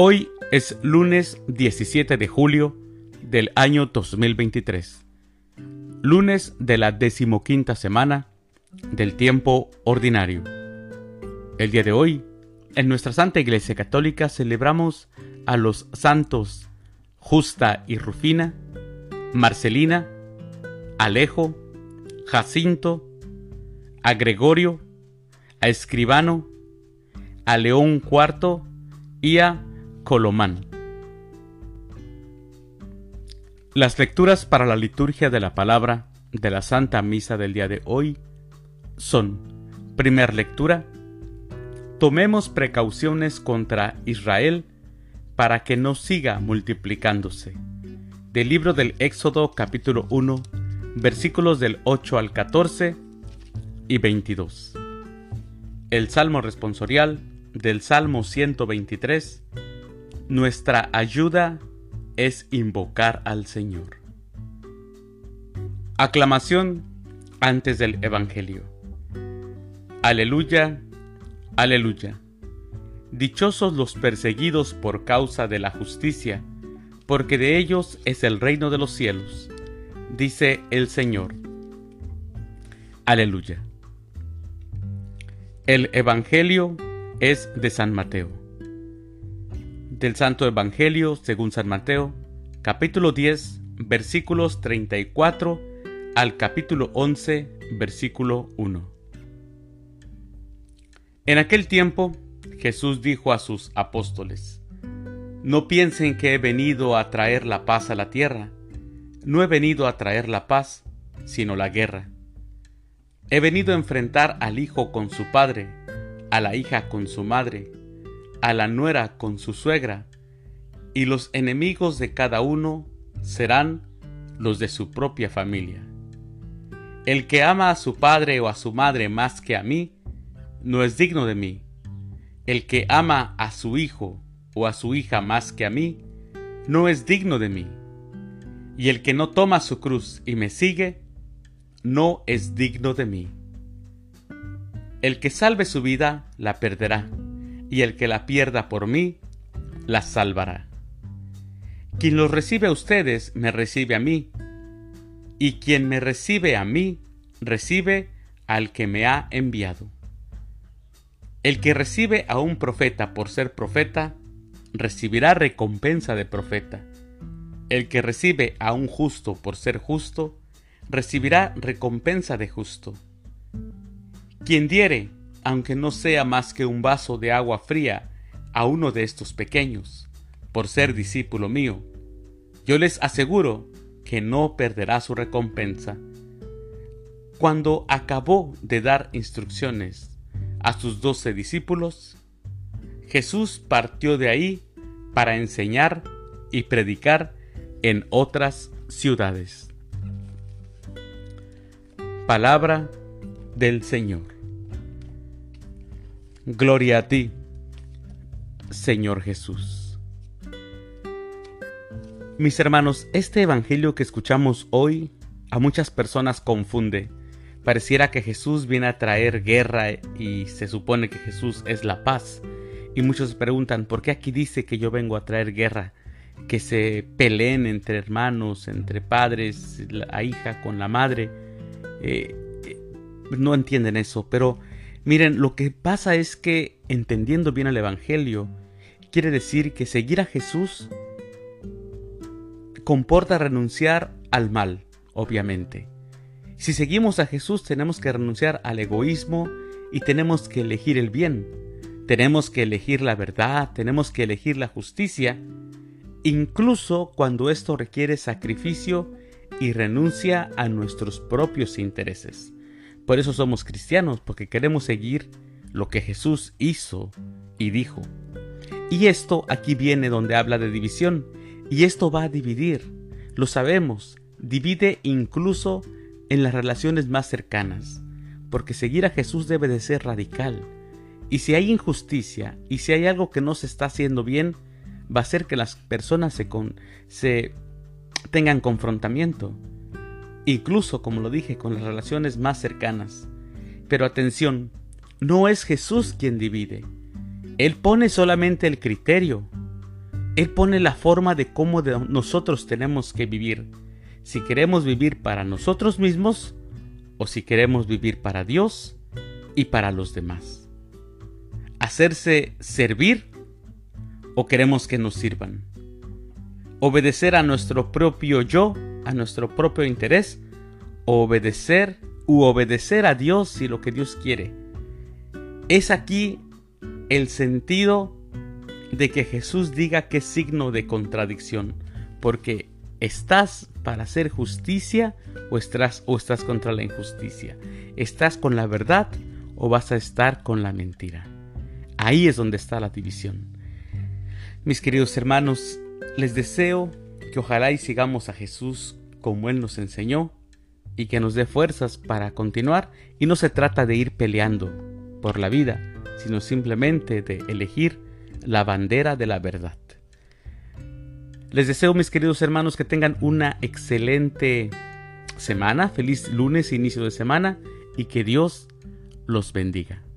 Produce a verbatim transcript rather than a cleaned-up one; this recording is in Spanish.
Hoy es lunes diecisiete de julio del año dos mil veintitrés, lunes de la decimoquinta semana del tiempo ordinario. El día de hoy, en nuestra Santa Iglesia Católica celebramos a los santos Justa y Rufina, Marcelina, Alejo, Jacinto, a Gregorio, a Escribano, a León cuarto y a Colomán. Las lecturas para la liturgia de la palabra de la Santa Misa del día de hoy son: primer lectura, tomemos precauciones contra Israel para que no siga multiplicándose. Del libro del Éxodo capítulo uno, versículos del ocho al catorce y veintidós. El Salmo responsorial del Salmo ciento veintitrés. Nuestra ayuda es invocar al Señor. Aclamación antes del Evangelio. Aleluya, aleluya. Dichosos los perseguidos por causa de la justicia, porque de ellos es el reino de los cielos, dice el Señor. Aleluya. El Evangelio es de San Mateo. Del Santo Evangelio según San Mateo, capítulo diez, versículos treinta y cuatro al capítulo once, versículo uno. En aquel tiempo, Jesús dijo a sus apóstoles: No piensen que he venido a traer la paz a la tierra. No he venido a traer la paz, sino la guerra. He venido a enfrentar al hijo con su padre, a la hija con su madre, a la nuera con su suegra, y los enemigos de cada uno serán los de su propia familia. El que ama a su padre o a su madre más que a mí, no es digno de mí. El que ama a su hijo o a su hija más que a mí, no es digno de mí. Y el que no toma su cruz y me sigue, no es digno de mí. El que salve su vida, la perderá, y el que la pierda por mí, la salvará. Quien los recibe a ustedes, me recibe a mí, y quien me recibe a mí, recibe al que me ha enviado. El que recibe a un profeta por ser profeta, recibirá recompensa de profeta. El que recibe a un justo por ser justo, recibirá recompensa de justo. Quien diere, aunque no sea más que un vaso de agua fría, a uno de estos pequeños, por ser discípulo mío, yo les aseguro que no perderá su recompensa. Cuando acabó de dar instrucciones a sus doce discípulos, Jesús partió de ahí para enseñar y predicar en otras ciudades. Palabra del Señor. Gloria a ti, Señor Jesús. Mis hermanos, este evangelio que escuchamos hoy a muchas personas confunde. Pareciera que Jesús viene a traer guerra y se supone que Jesús es la paz. Y muchos se preguntan, ¿por qué aquí dice que yo vengo a traer guerra? Que se peleen entre hermanos, entre padres, la hija con la madre. Eh, eh, no entienden eso, pero miren, lo que pasa es que, entendiendo bien el Evangelio, quiere decir que seguir a Jesús comporta renunciar al mal, obviamente. Si seguimos a Jesús, tenemos que renunciar al egoísmo y tenemos que elegir el bien. Tenemos que elegir la verdad, tenemos que elegir la justicia, incluso cuando esto requiere sacrificio y renuncia a nuestros propios intereses. Por eso somos cristianos, porque queremos seguir lo que Jesús hizo y dijo. Y esto aquí viene donde habla de división, y esto va a dividir, lo sabemos, divide incluso en las relaciones más cercanas, porque seguir a Jesús debe de ser radical. Y si hay injusticia, y si hay algo que no se está haciendo bien, va a hacer que las personas se, con, se tengan confrontamiento. Incluso, como lo dije, con las relaciones más cercanas. Pero atención, no es Jesús quien divide. Él pone solamente el criterio. Él pone la forma de cómo de nosotros tenemos que vivir. Si queremos vivir para nosotros mismos o si queremos vivir para Dios y para los demás. Hacerse servir o queremos que nos sirvan. Obedecer a nuestro propio yo, a nuestro propio interés, o obedecer u obedecer a Dios y lo que Dios quiere. Es aquí el sentido de que Jesús diga qué signo de contradicción, porque ¿estás para hacer justicia o estás, o estás contra la injusticia? ¿Estás con la verdad o vas a estar con la mentira? Ahí es donde está la división. Mis queridos hermanos, les deseo que ojalá y sigamos a Jesús como Él nos enseñó y que nos dé fuerzas para continuar. Y no se trata de ir peleando por la vida, sino simplemente de elegir la bandera de la verdad. Les deseo, mis queridos hermanos, que tengan una excelente semana, feliz lunes, inicio de semana, y que Dios los bendiga.